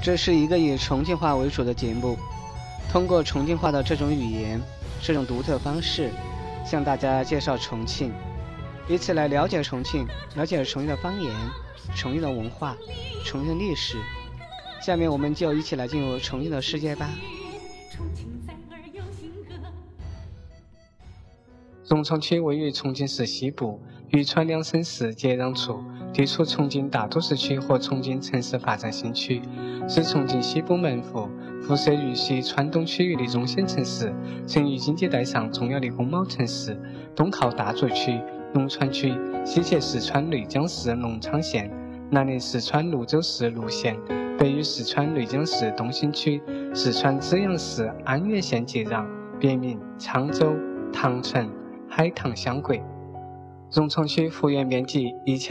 这是一个以重庆话为主的节目，通过重庆话的这种语言、这种独特方式，向大家介绍重庆，以此来了解重庆，了解重庆的方言、重庆的文化、重庆的历史。下面我们就一起来进入重庆的世界吧。 荣昌区位于重庆市西部，渝川两省市接壤处，地处重庆大都市区和重庆城市发展新区，是重庆西部门户，辐射渝西川东区域的中心城市，成渝经济带上重要的工贸城市。东靠大涿区、龙川区，西接四川内江市隆昌县，南临四川泸州市泸县，北与四川内江市东兴区、四川资阳市安岳县接壤，别名沧州、塘城、海棠相国。荣昌区幅员面积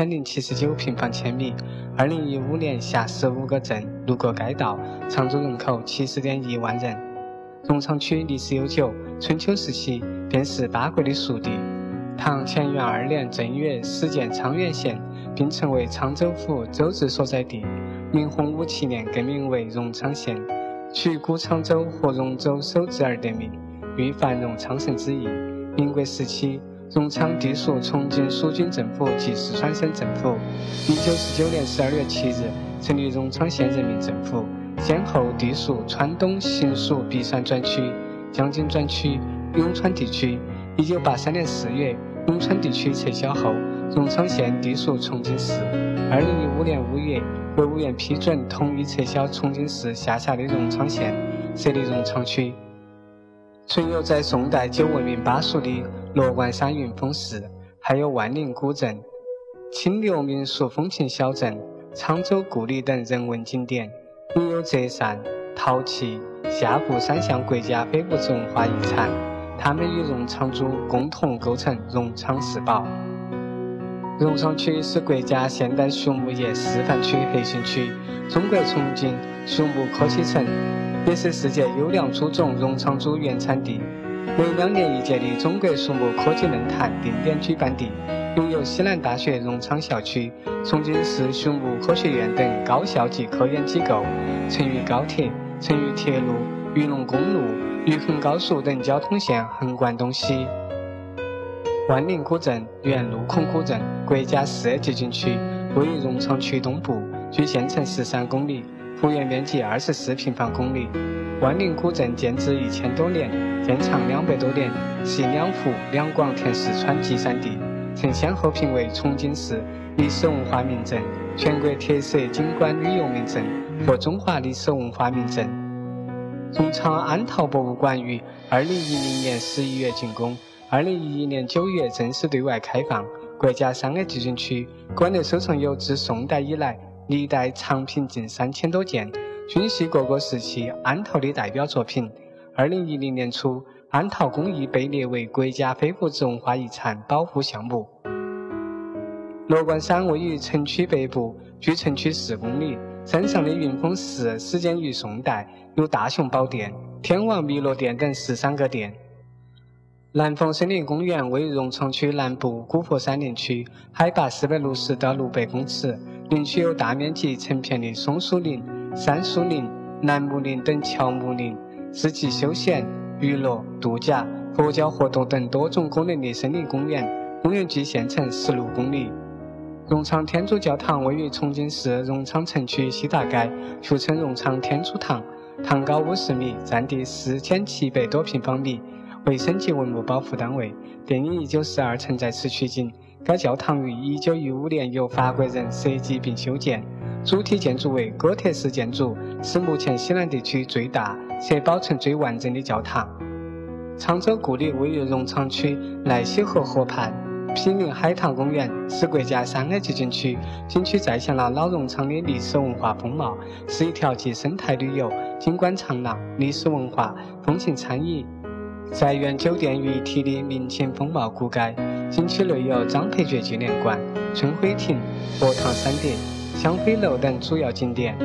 1079平方千米，2015年辖15个镇、6个街道，常住人口70.1万人。荣昌区历史悠久，春秋时期便是八国的属地。唐乾元2年正月始建沧源县，并成为沧州府州治所在地。明洪武7年更名为荣昌县，取古沧州和荣州首字而得名，寓繁荣昌盛之意。民国时期，荣昌地属重庆属军政府及四川省政府。1949年12月7日成立荣昌县人民政府，先后地属川东行属璧山专区、江津专区、永川地区。1983年4月，永川地区撤销后，荣昌县地属重庆市。2015年5月，国务院批准同意撤销重庆市下辖的荣昌县，设立荣昌区。存有在宋代久闻名巴蜀的罗贯山云峰寺，还有万宁古镇、清流民俗风情小镇、沧州故里等人文景点，拥有折扇、陶器、下部3项国家非物质文化遗产，它们与荣昌渚共同构成荣昌四宝。荣昌区是国家现代畜牧业示范区核心区，中国重庆畜牧科技城，也是世界优良猪种荣昌猪原产地，为2年1届的中国畜牧科技论坛定点举办地，拥有西南大学荣昌校区、重庆市畜牧科学院等高校级科研机构，曾与高铁、曾与铁路、渝陇公路、渝衡高速等交通线横贯东西。万宁古镇原陆孔古镇，国家4A级景区，位于荣昌区东部，距县城13公里，幅员面积24平方公里。万宁古镇建制1000多年，建长200多年，系2湖2广填四川集散地，曾先后评为重庆市历史文化名镇、全国特色景观旅游名镇和中华历史文化名镇。荣昌安陶博物馆于2010年11月竣工，2011年9月正式对外开放，国家3A级景区，馆内收藏有自宋代以来历代藏品近3000多件，均系各个时期安陶的代表作品。2010年初，安陶工艺被列为国家非物质文化遗产保护项目。罗贯山位于城区北部，距城区4公里，山上的云峰寺始建于宋代，有大雄宝殿、天王弥勒殿等13个殿。南峰森林公园位于荣昌区南部古佛山林区，海拔460到600公尺，林区有大面积成片的松树林、杉树林、楠木林等乔木林，是集休闲、娱乐、度假、佛教活动等多种功能的森林公园，公园距县城16公里。荣昌天主教堂位于重庆市荣昌城区西大街，俗称荣昌天主堂，堂高50米，占地4700多平方米，为省级文物保护单位。电影1942曾在此取景。该教堂于1915年由法国人设计并修建，主体建筑为哥特式建筑，是目前西南地区最大且保存最完整的教堂。沧州故里位于荣昌区奈溪河河畔，毗邻海棠公园，是国家3A级景区，景区再现了老荣昌的历史文化风貌，是一条集生态旅游、景观长廊、历史文化、风情餐饮、宅园酒店于一体的民情风貌古街。景区内有张培爵纪念馆、春晖亭、荷塘三叠、香晖楼等主要景点。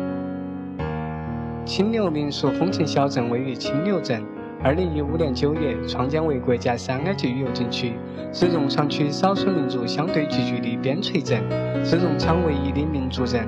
清流民俗风情小镇位于清流镇，2015年9月创建为国家3A级旅游景区，是荣昌区少数民族相对聚居的边陲镇，是荣昌唯一的民族镇，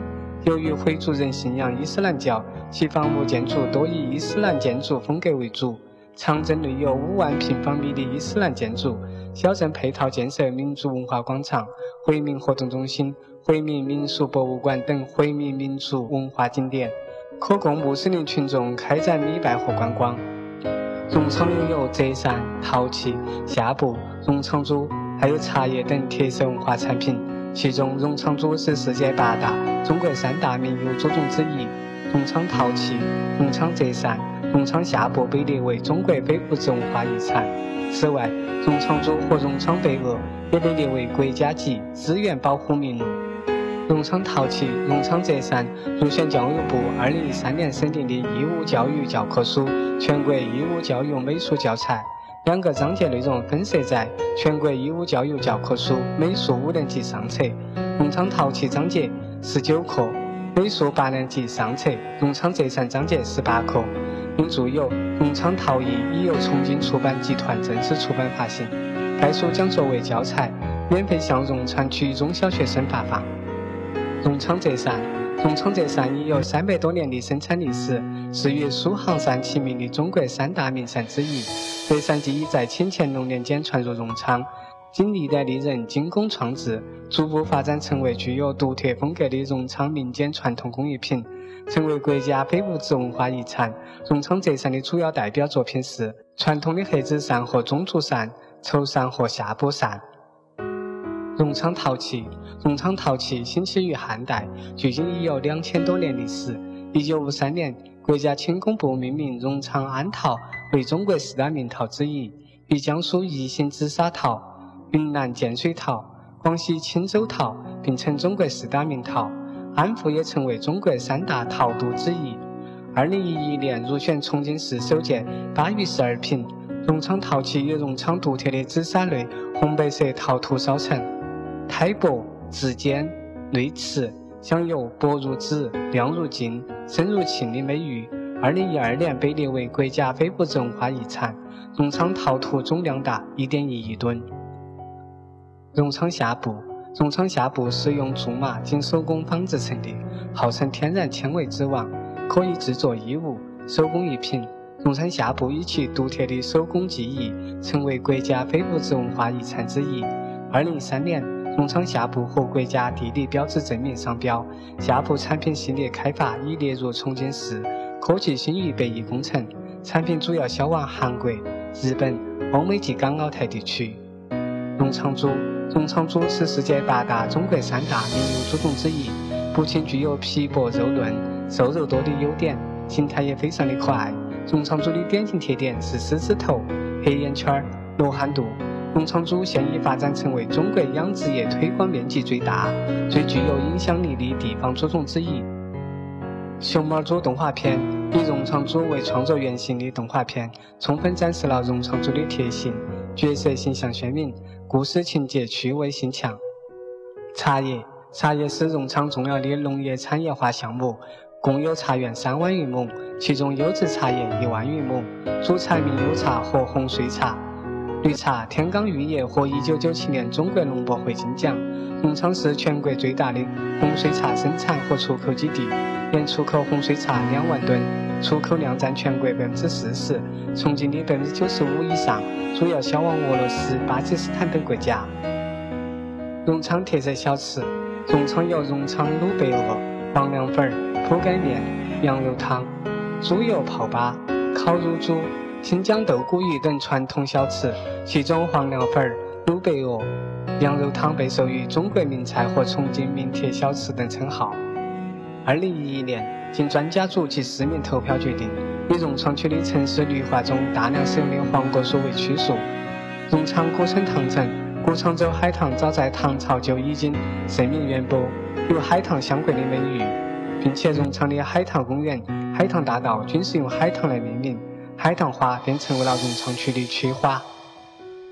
由于回族人信仰伊斯兰教，其房屋建筑多以伊斯兰建筑风格为主。长镇内有5万平方米的伊斯兰建筑，小镇配套建设民族文化广场、回民活动中心、回民民俗博物馆等回民民族文化景点，可供穆斯林群众开展礼拜和观光。荣昌拥有浙伞、陶器、夏布、荣昌珠，还有茶叶等特色文化产品。其中，荣昌珠是世界8大、中国3大民有祖宗之一。荣昌陶器、荣昌浙伞、荣昌夏布被列为中国非物质文化遗产。此外，荣昌珠和荣昌白鹅也被列为国家级资源保护名录。荣昌陶器、荣昌浙伞入选教育部2013年审定的义务教育教科书全国义务教育美术教材，2个章节内容分设在全国义务教育教科书美术5年级上册。荣昌陶器章节19课，美术8年级上册；荣昌浙伞章节18课。并著有《荣昌陶艺》，已由重庆出版集团正式出版发行。该书将作为教材，免费向荣昌区中小学生发放。荣昌浙伞，荣昌浙伞已有300多年的生产历史，是与苏杭伞齐名的中国3大名伞之一。浙伞技艺在清乾隆年间传入荣昌，经历代的人精工创制，逐步发展成为具有独特风格的荣昌民间传统工艺品，成为国家非物质文化遗产。荣昌浙伞的主要代表作品是传统的黑子伞和中竹伞、绸伞和夏布伞。荣昌陶器，荣昌陶器兴起于汉代，距今已有2000多年历史。1953年，国家轻工部命名荣昌安陶为中国4大名陶之一，与江苏宜兴紫砂陶、云南建水陶、广西钦州陶并称中国4大名陶。安福也成为中国3大陶都之一。2011年入选重庆市首届8育12品。荣昌陶器以荣昌独特的紫砂类红白色陶土烧成，胎薄质坚内瓷，享有薄如纸、亮如镜、深如沁的美誉。2012年被列为国家非物质文化遗产。荣昌陶土总量达1.1亿吨。荣昌夏布，荣昌夏布是用苎麻经手工纺织成的，号称天然纤维之王，可以制作衣物、手工艺品。荣昌夏布以其独特的手工技艺，成为国家非物质文化遗产之一。2013年，荣昌夏布获国家地理标志证明商标。夏布产品系列开发已列入重庆市科技新域100亿工程，产品主要销往韩国、日本、欧美及港澳台地区。荣昌珠，荣昌珠是世界8大、中国3大民有祖宗之一，不仅具有皮薄肉嫩、瘦肉多的优点，形态也非常的可爱。荣昌珠的典型特点是狮子头、黑眼圈、罗汉肚。荣昌珠现已发展成为中国养殖业推广面积最大、最具有影响力的地方祖宗之一。熊猫珠动画片以荣昌珠为创作原型的动画片，充分展示了荣昌珠的特性，角色形象鲜明，故事情节趣味性强。茶叶，茶叶是荣昌重要的农业产业化项目，共有茶园3万余亩，其中优质茶叶1万余亩，主产名优茶和红水茶。绿茶天罡玉叶获1997年中国农博会金奖。荣昌是全国最大的红水茶生产和出口基地，年出口红水茶2万吨，出口量占全国40%，重庆的95%以上，主要销往俄罗斯、巴基斯坦等国家。荣昌特色小吃，荣昌有荣昌卤白鹅、黄凉粉、铺盖面、羊肉汤、猪油泡粑、烤乳猪、新疆豆鼓鱼等传统小吃，其中黄凉粉、卤白鹅、羊肉汤被授予中国名菜和重庆名铁小吃等称号。2011年，经专家组及市民投票决定，以荣昌区的城市绿化中大量使用的黄果树为区树。荣昌古称唐城，古沧州海棠早在唐朝就已经盛名远播，有海棠相关的美誉，并且荣昌的海棠公园、海棠大道均是用海棠来命名，海棠花便成为了荣昌区的区花。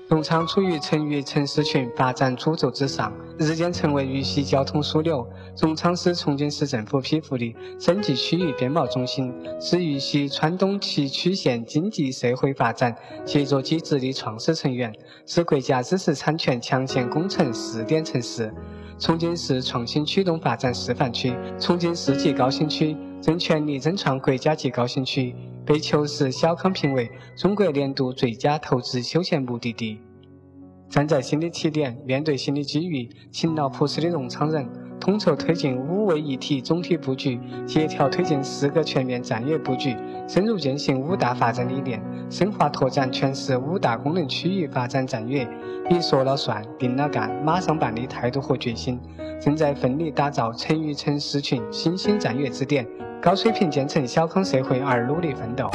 农场处于成渝城市群发展主轴之上，日渐成为渝西交通枢纽。农场是重庆市政府批复的省级区域编贸中心，是渝西川东七区县经济社会发展协作机制的创始成员，是国家知识产权强线工程试点城市。重庆市创新驱动发展示范区、重庆市级高新区正全力争创国家级高新区，被求是小康评为中国年度最佳投资休闲目的地。站在新的起点，面对新的机遇，勤劳朴实的农场人统筹推进5位一体总体布局，协调推进4个全面战略布局，深入践行5大发展理念，深化拓展全市5大功能区域发展战略，以说了算、定了干、马上办的态度和决心，正在奋力打造成渝城市群新兴战略支点，高水平建成小康社会而努力奋斗。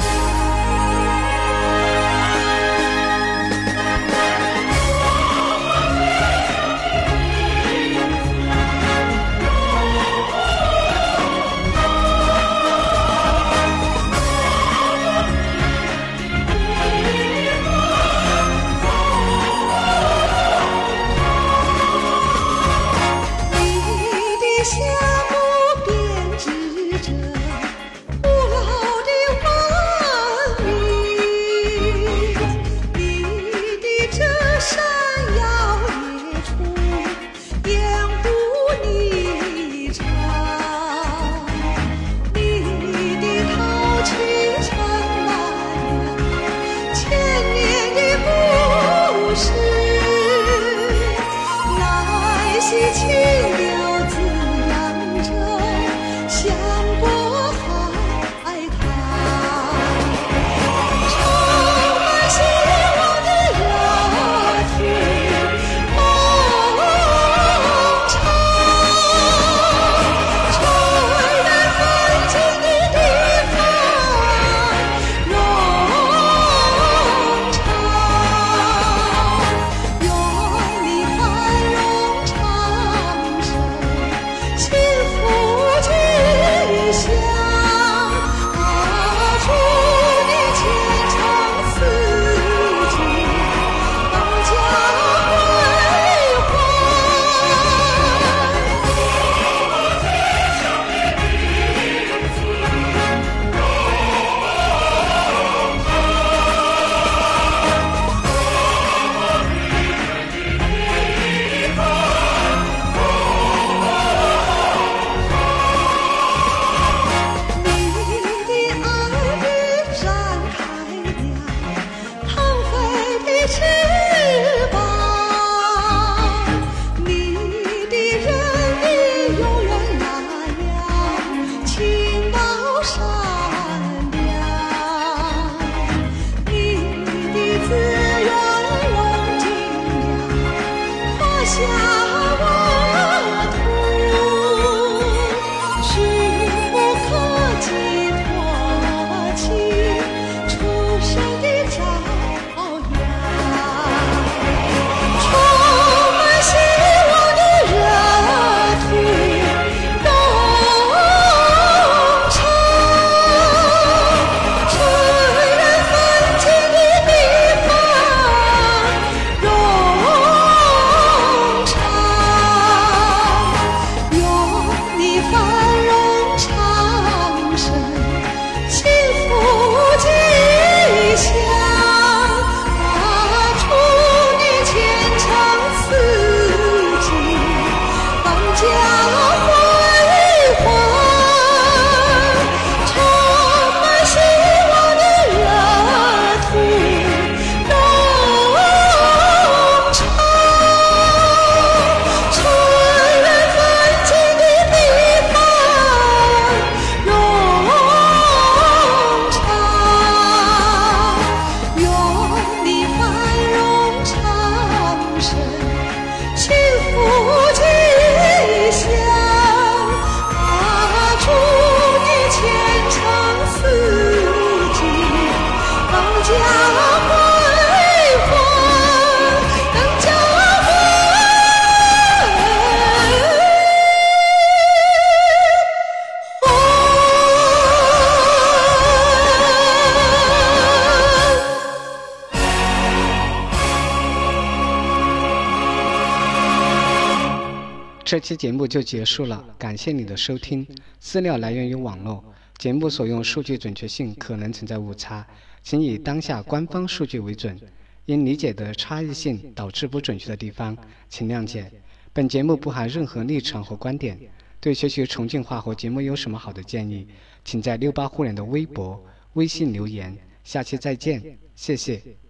这期节目就结束了，感谢你的收听。资料来源于网络，节目所用数据准确性可能存在误差，请以当下官方数据为准。因理解的差异性导致不准确的地方，请谅解。本节目不含任何立场或观点。对学习重庆话或节目有什么好的建议，请在68互联的微博、微信留言。下期再见，谢谢。